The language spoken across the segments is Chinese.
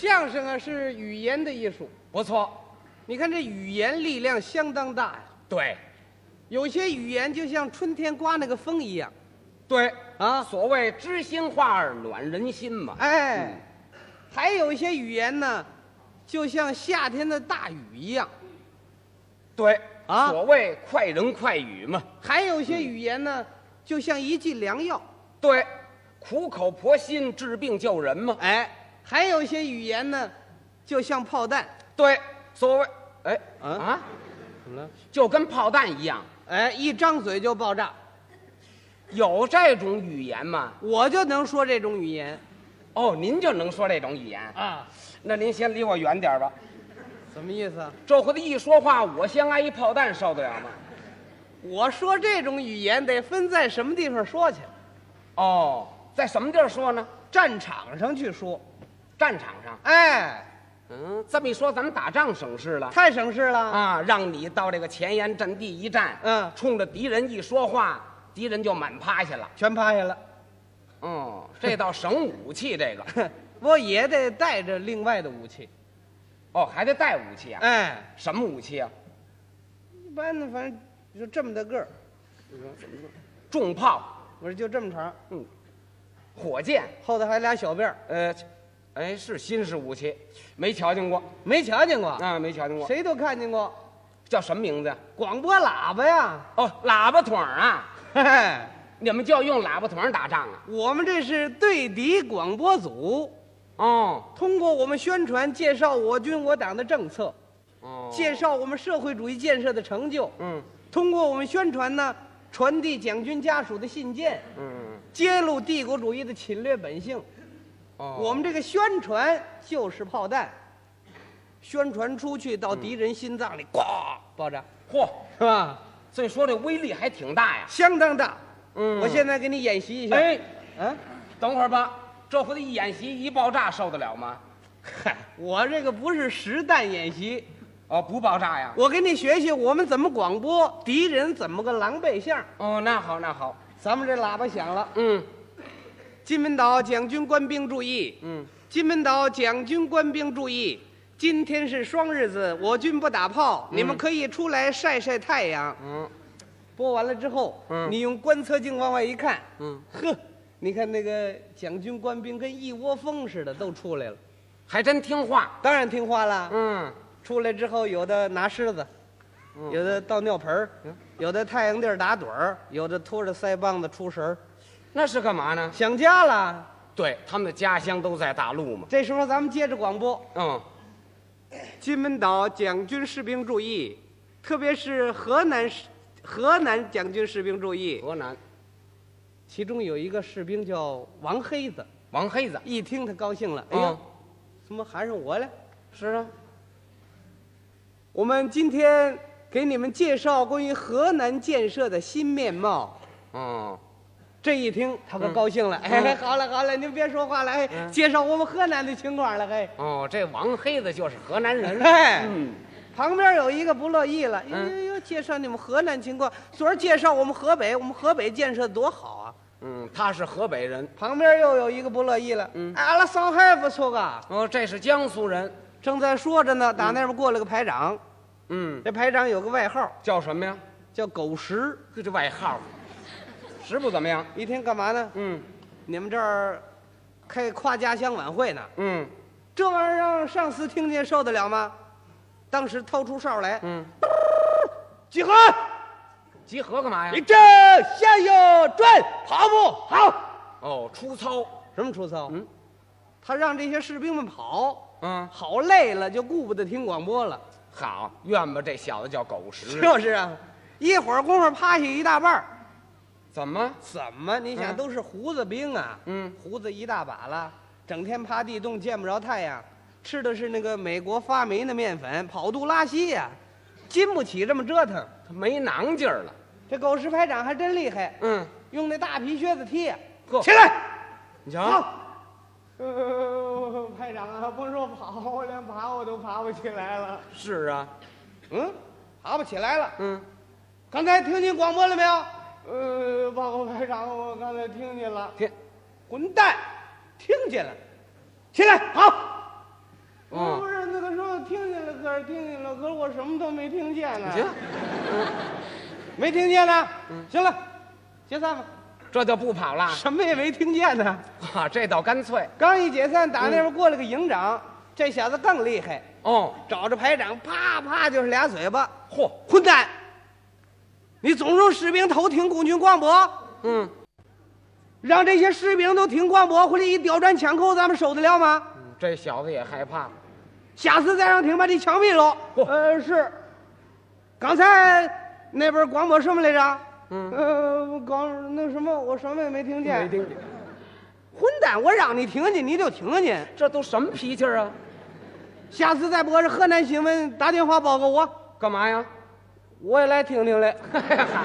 相声啊是语言的艺术， 不错。 你看这语言力量相当大呀。 对， 有些语言就像春天刮那个风一样， 对啊所谓知心话儿暖人心嘛。 哎，还有一些语言呢，就像夏天的大雨一样， 对啊所谓快人快语嘛。 还有一些语言呢，就像一剂良药， 对，苦口婆心治病救人嘛。 哎，还有一些语言呢，就像炮弹。 对，所谓怎么了？ 就跟炮弹一样。 哎，一张嘴就爆炸， 有这种语言吗？ 我就能说这种语言哦，您就能说这种语言？ 啊。 那您先离我远点吧。 什么意思啊？ 这回子一说话，我先挨一炮弹，受得了吗？ 我说这种语言得分在什么地方说去， 哦，在什么地儿说呢？ 战场上去说。 战场上。 哎， 这么一说，咱们打仗省事了太省事了。 啊！让你到这个前沿阵地一站，冲着敌人一说话，敌人就满趴下了。 全趴下了。 这倒省武器，这个我也得带着另外的武器。 哦，还得带武器啊？ 哎， 什么武器啊？ 一般的反正就这么大个儿， 重炮、 我说就这么长， 火箭， 后头还俩小辫儿， 是新式武器，没瞧见过没瞧见过， 啊，没瞧见过。 谁都看见过。 叫什么名字呀？ 广播喇叭呀， 哦，喇叭筒啊！ 嘿嘿， 你们就用喇叭筒打仗啊？ 我们这是对敌广播组， 哦通过我们宣传介绍我军我党的政策， 哦， 介绍我们社会主义建设的成就。通过我们宣传呢，传递蒋军家属的信件，揭露帝国主义的侵略本性。我们这个宣传就是炮弹，宣传出去到敌人心脏里，呱爆炸， 嚯， 是吧？ 所以说这威力还挺大呀。 相当大。我现在给你演习一下。 哎，等会儿吧，这回子一演习一爆炸，受得了吗？ 嗨，我这个不是实弹演习， 哦，不爆炸呀？ 我给你学学我们怎么广播，敌人怎么个狼狈相。 哦，那好，那好。 咱们这喇叭响了， 金门岛蒋军官兵注意，金门岛蒋军官兵注意，今天是双日子，我军不打炮，你们可以出来晒晒太阳。播完了之后，你用观测镜往外一看，呵，你看那个蒋军官兵跟一窝蜂似的都出来了， 还真听话。 当然听话了。出来之后，有的拿狮子，有的倒尿盆儿，有的太阳地儿打盹儿，有的拖着腮帮子出神儿， 那是干嘛呢？ 想家了。 对，他们的家乡都在大陆嘛。 这时候咱们接着广播。金门岛蒋军士兵注意，特别是河南蒋军士兵注意。 河南， 其中有一个士兵叫王黑子， 王黑子。 一听他高兴了，哎呀，怎么喊上我了？ 是啊。 我们今天给你们介绍关于河南建设的新面貌。这一听他可高兴了，好了好了，您别说话了，介绍我们河南的情况了， 这王黑子就是河南人。 旁边有一个不乐意了，哟，介绍你们河南情况，昨儿介绍我们河北建设多好啊。 他是河北人。 旁边又有一个不乐意了，俺了上海不错啊。 这是江苏人。 正在说着呢，打那边过来个排长。这排长有个外号， 叫什么呀？ 叫狗食。 这外号，食不怎么样。 一天干嘛呢？你们这儿开夸家乡晚会呢。这玩意儿让上司听见受得了吗？当时掏出哨来，集合！ 集合干嘛呀？ 立正，向右转，跑步，好。 出操。 什么出操？他让这些士兵们跑。好累了，就顾不得听广播了。 好，怨吧这小子叫狗食。 就是啊，一会儿功夫趴下一大半儿。 怎么？ 你想都是胡子兵啊，胡子一大把了，整天趴地洞，见不着太阳，吃的是那个美国发霉的面粉，跑肚拉稀呀，经不起这么折腾， 他没囊劲儿了。 这狗食排长还真厉害，用那大皮靴子踢， 起来， 你瞧。 排长啊，甭说跑，我连爬我都爬不起来了。 是啊， 爬不起来了。刚才听见广播了没有？报告排长，我刚才听见了。滚蛋！听见了，起来，好。 不是那个时候听见了，可是听见了，可是我什么都没听见呢。 行， 没听见呢。行了，解散吧。 这就不跑了。 什么也没听见呢。 啊，这倒干脆。 刚一解散，打那边过来个营长，这小子更厉害。 哦， 找着排长，啪啪就是俩嘴巴。 嚯， 混蛋！你总让士兵偷听共军广播，让这些士兵都听广播，回来一调转枪口，咱们受得了吗？ 这小子也害怕。 下次再让听，把你枪毙了。是。刚才那边广播什么来着？刚那什么，我什么也没听见。 没听见。 混蛋！我让你听见，你就听见。 这都什么脾气啊？ 下次再播是河南新闻，打电话报告我。 干嘛呀？ 我也来听听来。 好。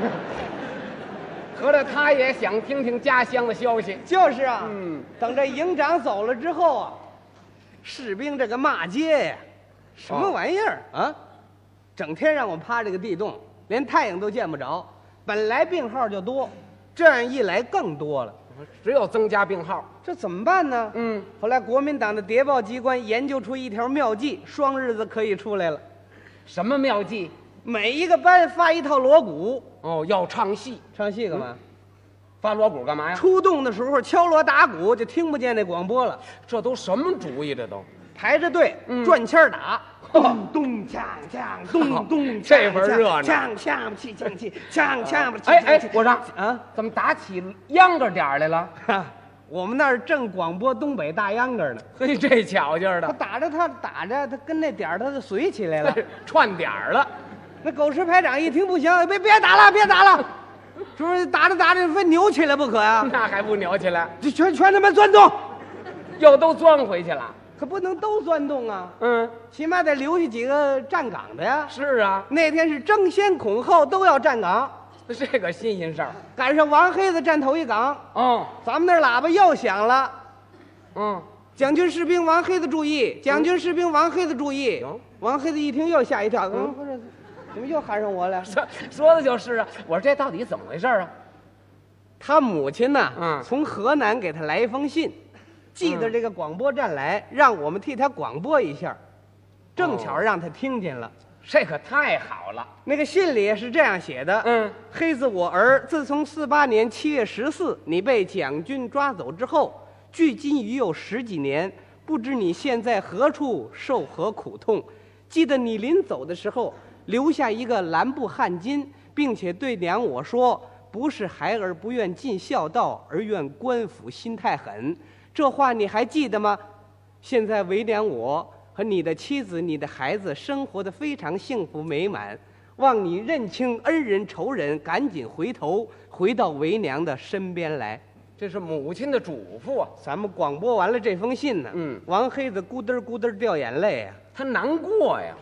合着他也想听听家乡的消息。 就是啊。等这营长走了之后啊，士兵这个骂街呀，什么玩意儿啊？整天让我趴这个地洞，连太阳都见不着。本来病号就多，这样一来更多了， 只有增加病号。 这怎么办呢？后来国民党的谍报机关研究出一条妙计，双日子可以出来了。 什么妙计？ 每一个班发一套锣鼓。 哦，要唱戏。 唱戏干嘛？ 发锣鼓干嘛呀？ 出动的时候敲锣打鼓，就听不见那广播了。 这都什么主意？这都排着队转签打。咚咚锵锵，咚咚， 这份热闹。 锵锵气锵气，锵锵哎，我说啊，怎么打起秧歌点来了？ 我们那儿正广播东北大秧歌呢。 嘿，这巧劲儿的。 他打着，他跟那点儿他就随起来了， 串点儿了。 那狗师排长一听不行，别打了，别打了，就是打着非扭起来不可呀。 那还不扭起来？ 这全他妈钻洞， 又都钻回去了。 可不能都钻洞啊。起码得留下几个站岗的呀。 是啊， 那天是争先恐后都要站岗， 这个新鲜事儿。 赶上王黑子站头一岗。咱们那喇叭又响了。将军士兵王黑子注意！将军士兵王黑子注意！王黑子一听又吓一跳，不是，怎么又喊上我了？ 说的就是啊。我说这到底怎么回事啊？ 他母亲呢？从河南给他来一封信。寄到这个广播站来，让我们替他广播一下，正巧让他听见了， 这可太好了。 那个信里是这样写的：黑子我儿，自从48年7月14你被蒋军抓走之后，距今已有10几年，不知你现在何处，受何苦痛。记得你临走的时候留下一个蓝布汗巾，并且对娘我说，不是孩儿不愿尽孝道，而愿官府心太狠。这话你还记得吗？现在为娘我和你的妻子、你的孩子生活得非常幸福美满，望你认清恩人仇人，赶紧回到为娘的身边来。 这是母亲的嘱咐啊。 咱们广播完了这封信呢，王黑子咕噔咕噔掉眼泪啊， 他难过呀。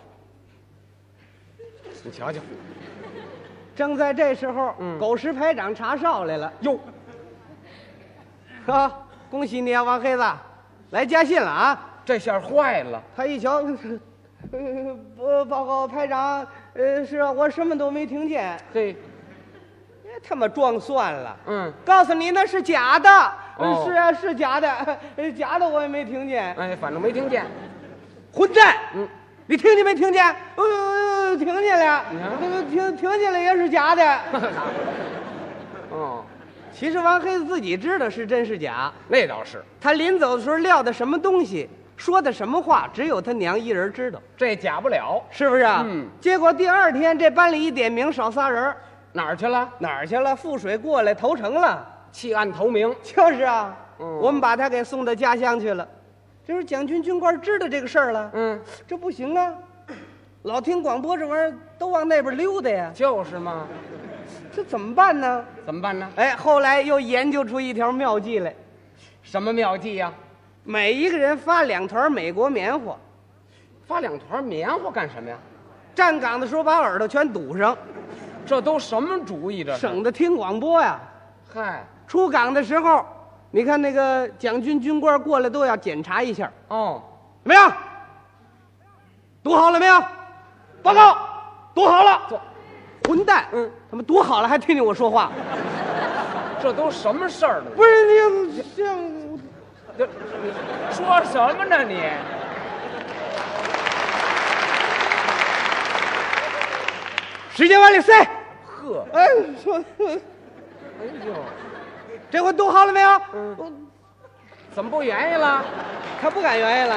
你瞧瞧， 正在这时候，狗师排长查哨来了。 哟， 恭喜你啊，王黑子，来加信了啊！ 这下坏了。 他一瞧，报告排长，是啊，我什么都没听见。 嘿， 他妈装蒜了。告诉你那是假的。是啊，是假的，假的我也没听见。 哎，反正没听见。 混蛋！你听见没听见？听见了。听见了也是假的。其实王黑子自己知道是真是假， 那倒是。 他临走的时候撂的什么东西，说的什么话，只有他娘一人知道， 这假不了， 是不是啊？结果第二天这班里一点名少仨人， 哪儿去了？ 哪儿去了？覆水过来投诚了， 弃暗投明。 就是啊，我们把他给送到家乡去了。就是蒋军军官知道这个事儿了，这不行啊，老听广播这玩意儿都往那边溜达呀。 就是嘛。 这怎么办呢？ 怎么办呢？ 哎，后来又研究出一条妙计来。 什么妙计呀？ 每一个人发2团美国棉花。 发2团棉花干什么呀？ 站岗的时候把耳朵全堵上。 这都什么主意？这省得听广播呀。 嗨， 出岗的时候，你看那个蒋军军官过来都要检查一下。怎么样？堵好了没有？报告，堵好了。混蛋！他们堵好了还听见我说话， 这都什么事儿呢？ 不是你像， 这说什么呢你？ 使劲往里塞。 呵， 哎，说， 哎呦， 这回堵好了没有？ 怎么不愿意了？ 他不敢愿意了。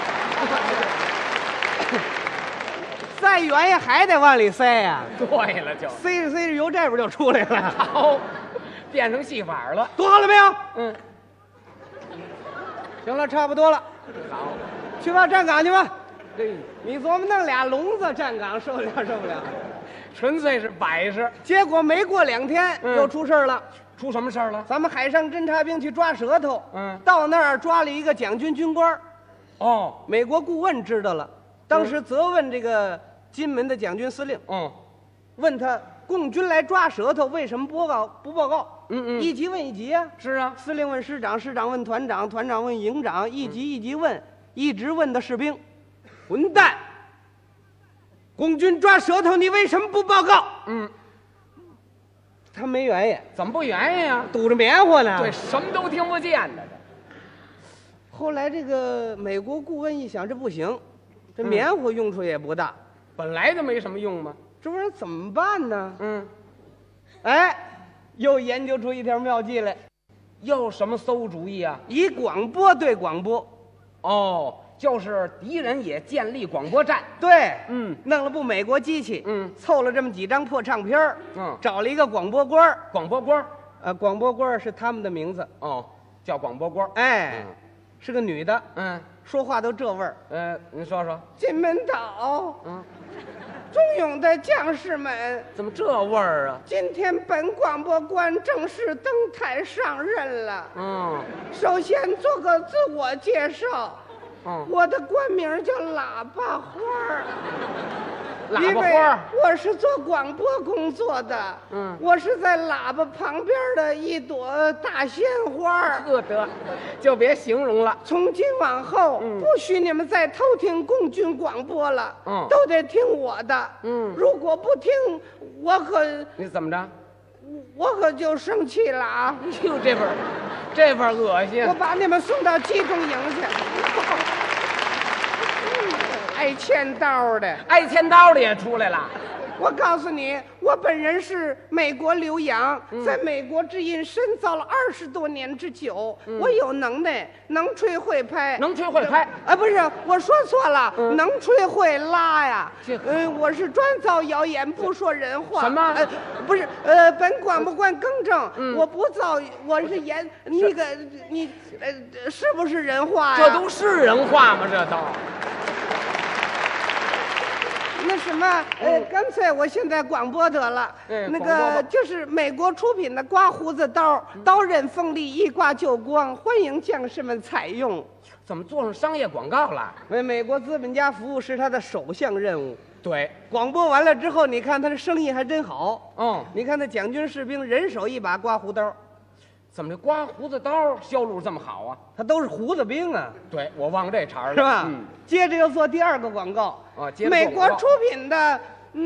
再愿意还得往里塞呀、 对了，就塞着塞着油这边就出来了。 好，变成戏法了。 堵好了没有？ 嗯， 行了，差不多了， 好， 去吧，站岗去吧。 对， 你琢磨弄俩聋子站岗受得了受不了？ 纯粹是摆设。 结果没过2天又出事儿了。 出什么事儿了？ 咱们海上侦察兵去抓舌头， 到那儿抓了一个蒋军军官， 哦， 美国顾问知道了，当时责问这个金门的蒋军司令，问他共军来抓舌头为什么不报告？一级问一级啊。 是啊， 司令问师长，师长问团长，团长问营长，一级一级问，一直问的士兵，混蛋！共军抓舌头，你为什么不报告？他没原因， 怎么不愿意呀？ 堵着棉花呢。 对，什么都听不见的。 后来这个美国顾问一想，这不行，这棉花用处也不大， 本来就没什么用嘛。 这玩意儿怎么办呢？哎，又研究出一条妙计来， 又什么馊主意啊？ 以广播对广播。 哦，就是敌人也建立广播站。 对，弄了部美国机器，凑了这么几张破唱片儿，找了一个广播官儿。 广播官儿， 广播官儿是他们的名字。 哦，叫广播官儿。 哎，是个女的。说话都这味儿。您说说。 金门岛，忠勇的将士们， 怎么这味儿啊？ 今天本广播官正式登台上任了。首先做个自我介绍。我的官名叫喇叭花儿。 喇叭花儿， 我是做广播工作的。我是在喇叭旁边的一朵大鲜花。 得，就别形容了。 从今往后，不许你们再偷听共军广播了。都得听我的。如果不听，我可你怎么着？ 我可就生气了啊！ 哟，这份恶心！ 我把你们送到集中营去。挨千刀的， 挨千刀的也出来了。 我告诉你，我本人是美国留洋，在美国之音深造了20多年之久。我有能耐，能吹会拍， 能吹会拍。 不是，我说错了，能吹会拉呀。我是专造谣言，不说人话。 什么？ 不是，本广播官更正，我不造，我是言那个你，是不是人话呀？ 这都是人话吗？这都。 那什么，干脆我现在广播得了。那个就是美国出品的刮胡子刀，刀刃锋利，一刮就光，欢迎将士们采用。 怎么做上商业广告了？ 为美国资本家服务是他的首项任务。 对， 广播完了之后，你看他的生意还真好。你看那蒋军士兵人手一把刮胡刀。 怎么这刮胡子刀销路这么好啊？ 他都是胡子兵啊。 对，我忘这茬了， 是吧？接着又做第2个广告。美国出品的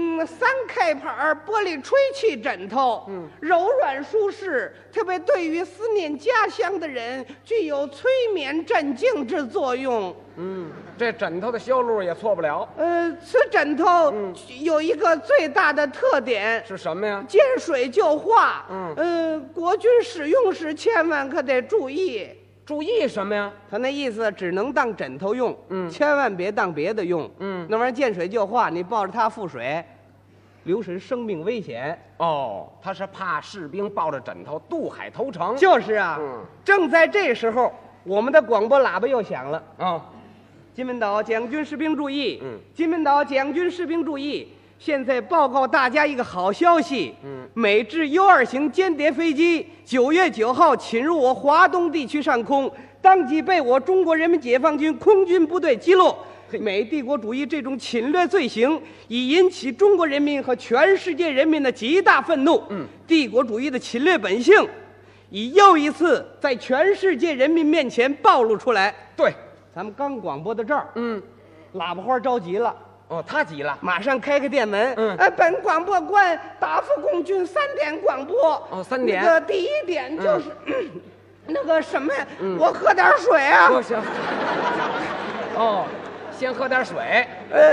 3K 牌玻璃吹气枕头，柔软舒适，特别对于思念家乡的人具有催眠镇静之作用。 这枕头的销路也错不了。 此枕头有一个最大的特点是什么呀？ 见水就化。国军使用时千万可得注意。 注意什么呀？ 他那意思只能当枕头用，千万别当别的用。那玩意儿见水就化，你抱着它赴水，留神生命危险。 他是怕士兵抱着枕头渡海投诚。 就是啊。正在这时候，我们的广播喇叭又响了。金门岛蒋军士兵注意！金门岛蒋军士兵注意！现在报告大家一个好消息。美制U2型间谍飞机9月9号侵入我华东地区上空，当即被我中国人民解放军空军部队击落。美帝国主义这种侵略罪行已引起中国人民和全世界人民的极大愤怒。帝国主义的侵略本性已又一次在全世界人民面前暴露出来。 对， 咱们刚广播到这儿，喇叭花着急了。 他急了， 马上开个电门。本广播官答复共军3点广播。 3点。 那个第1点就是，那个什么，我喝点水啊。 不行。先喝点水。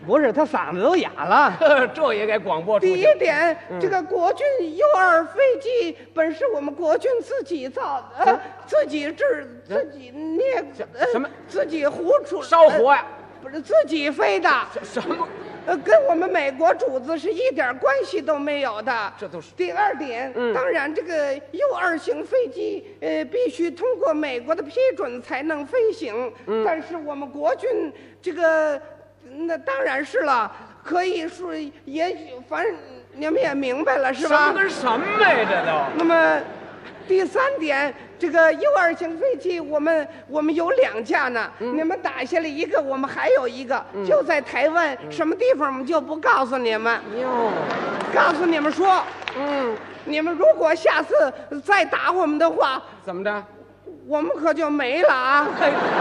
不是，他嗓子都哑了。 这也给广播出去。 第一点，这个国军U-2飞机本是我们国军自己造的，自己制、自己捏， 什么？ 自己糊出烧火呀？ 不是自己飞的。 什么？ 跟我们美国主子是一点关系都没有的。 这都是。 第二点，当然这个 U-2型飞机，必须通过美国的批准才能飞行。但是我们国军这个，那当然是了，可以说也许反正你们也明白了是吧？ 什么跟什么呀？这都。 那么。第三点，这个 U-2型飞机，我们有2架呢。你们打下来一个，我们还有一个，就在台湾，什么地方我们就不告诉你们。 哟， 告诉你们说，你们如果下次再打我们的话， 怎么着？ 我们可就没了啊！